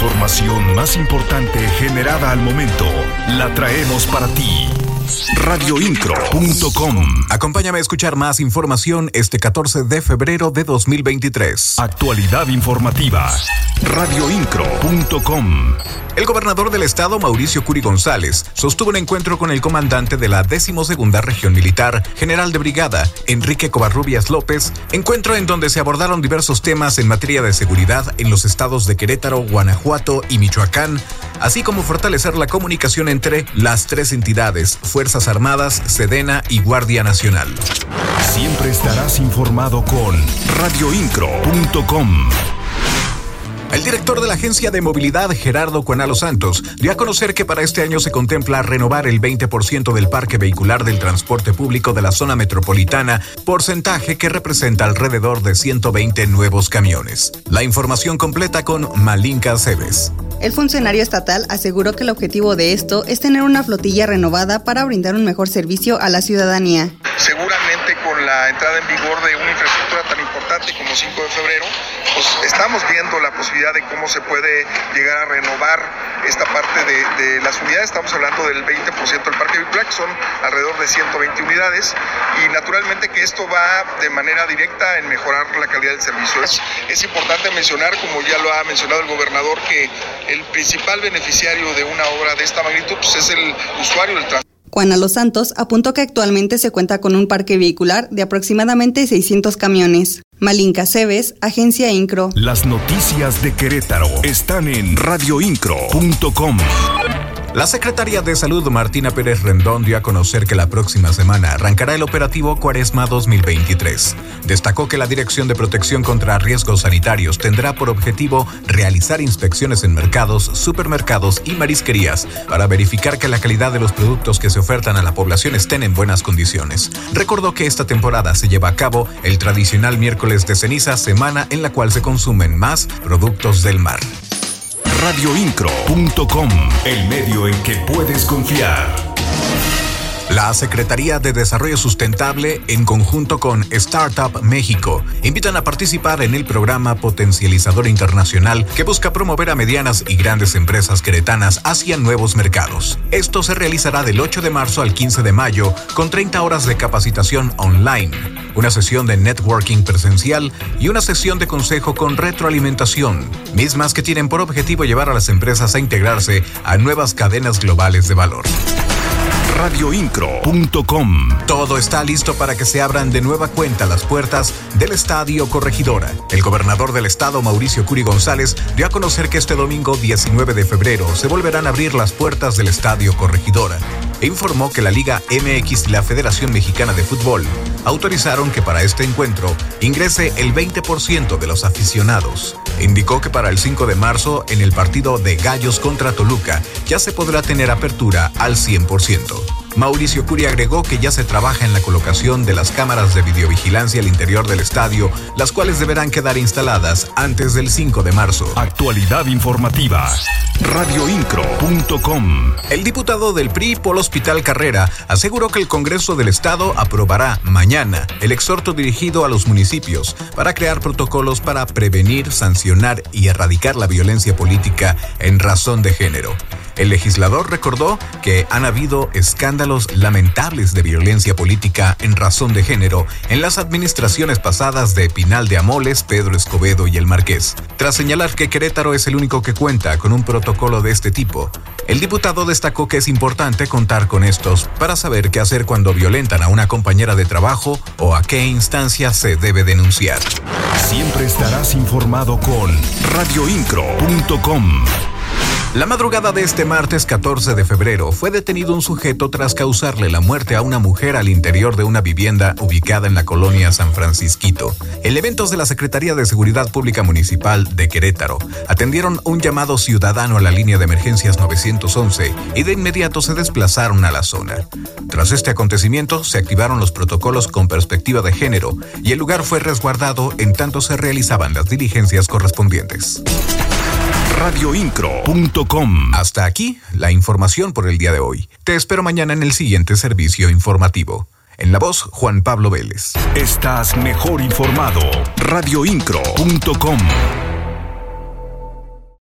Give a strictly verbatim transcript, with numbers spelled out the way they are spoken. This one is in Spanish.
información más importante generada al momento la traemos para ti. radio incro punto com. Acompáñame a escuchar más información este catorce de febrero de dos mil veintitrés. Actualidad informativa. radio incro punto com. El gobernador del estado, Mauricio Curi González, sostuvo un encuentro con el comandante de la decimosegunda Región Militar, general de brigada, Enrique Covarrubias López, encuentro en donde se abordaron diversos temas en materia de seguridad en los estados de Querétaro, Guanajuato y Michoacán, así como fortalecer la comunicación entre las tres entidades, Fuerzas Armadas, Sedena y Guardia Nacional. Siempre estarás informado con radio incro punto com. El director de la Agencia de Movilidad, Gerardo Cuanalo Santos, dio a conocer que para este año se contempla renovar el veinte por ciento del parque vehicular del transporte público de la zona metropolitana, porcentaje que representa alrededor de ciento veinte nuevos camiones. La información completa con Malinka Cebes. El funcionario estatal aseguró que el objetivo de esto es tener una flotilla renovada para brindar un mejor servicio a la ciudadanía. Seguramente con la entrada en vigor de una infraestructura tan importante como cinco de febrero, pues estamos viendo la posibilidad de cómo se puede llegar a renovar esta parte de, de las unidades. Estamos hablando del veinte por ciento del parque vehicular, que son alrededor de ciento veinte unidades, y naturalmente que esto va de manera directa en mejorar la calidad del servicio. Es, es importante mencionar, como ya lo ha mencionado el gobernador, que el principal beneficiario de una obra de esta magnitud pues, es el usuario del transporte. Cuanalo Santos apuntó que actualmente se cuenta con un parque vehicular de aproximadamente seiscientos camiones. Malinka Cebes, Agencia Incro. Las noticias de Querétaro están en radio incro punto com. La secretaria de Salud, Martina Pérez Rendón, dio a conocer que la próxima semana arrancará el operativo Cuaresma dos mil veintitrés. Destacó que la Dirección de Protección contra Riesgos Sanitarios tendrá por objetivo realizar inspecciones en mercados, supermercados y marisquerías para verificar que la calidad de los productos que se ofertan a la población estén en buenas condiciones. Recordó que esta temporada se lleva a cabo el tradicional miércoles de ceniza, semana en la cual se consumen más productos del mar. radio incro punto com, el medio en que puedes confiar. La Secretaría de Desarrollo Sustentable, en conjunto con Startup México, invitan a participar en el programa Potencializador Internacional que busca promover a medianas y grandes empresas queretanas hacia nuevos mercados. Esto se realizará del ocho de marzo al quince de mayo con treinta horas de capacitación online, una sesión de networking presencial y una sesión de consejo con retroalimentación, mismas que tienen por objetivo llevar a las empresas a integrarse a nuevas cadenas globales de valor. radio incro punto com. Todo está listo para que se abran de nueva cuenta las puertas del Estadio Corregidora. El gobernador del estado, Mauricio Curi González, dio a conocer que este domingo diecinueve de febrero se volverán a abrir las puertas del Estadio Corregidora e informó que la Liga M X y la Federación Mexicana de Fútbol autorizaron que para este encuentro ingrese el veinte por ciento de los aficionados. Indicó que para el cinco de marzo, en el partido de Gallos contra Toluca, ya se podrá tener apertura al cien por ciento. Mauricio Curi agregó que ya se trabaja en la colocación de las cámaras de videovigilancia al interior del estadio, las cuales deberán quedar instaladas antes del cinco de marzo. Actualidad informativa. radio incro punto com. El diputado del P R I, Paul Hospital Carrera, aseguró que el Congreso del Estado aprobará mañana el exhorto dirigido a los municipios para crear protocolos para prevenir, sancionar y erradicar la violencia política en razón de género. El legislador recordó que han habido escándalos lamentables de violencia política en razón de género en las administraciones pasadas de Pinal de Amoles, Pedro Escobedo y El Marqués. Tras señalar que Querétaro es el único que cuenta con un protocolo de este tipo, el diputado destacó que es importante contar con estos para saber qué hacer cuando violentan a una compañera de trabajo o a qué instancia se debe denunciar. Siempre estarás informado con radio incro punto com. La madrugada de este martes catorce de febrero fue detenido un sujeto tras causarle la muerte a una mujer al interior de una vivienda ubicada en la colonia San Francisquito. Elementos de la Secretaría de Seguridad Pública Municipal de Querétaro atendieron un llamado ciudadano a la línea de emergencias nueve once y de inmediato se desplazaron a la zona. Tras este acontecimiento se activaron los protocolos con perspectiva de género y el lugar fue resguardado en tanto se realizaban las diligencias correspondientes. radio incro punto com. Hasta aquí la información por el día de hoy. Te espero mañana en el siguiente servicio informativo. En la voz, Juan Pablo Vélez. Estás mejor informado. radio incro punto com.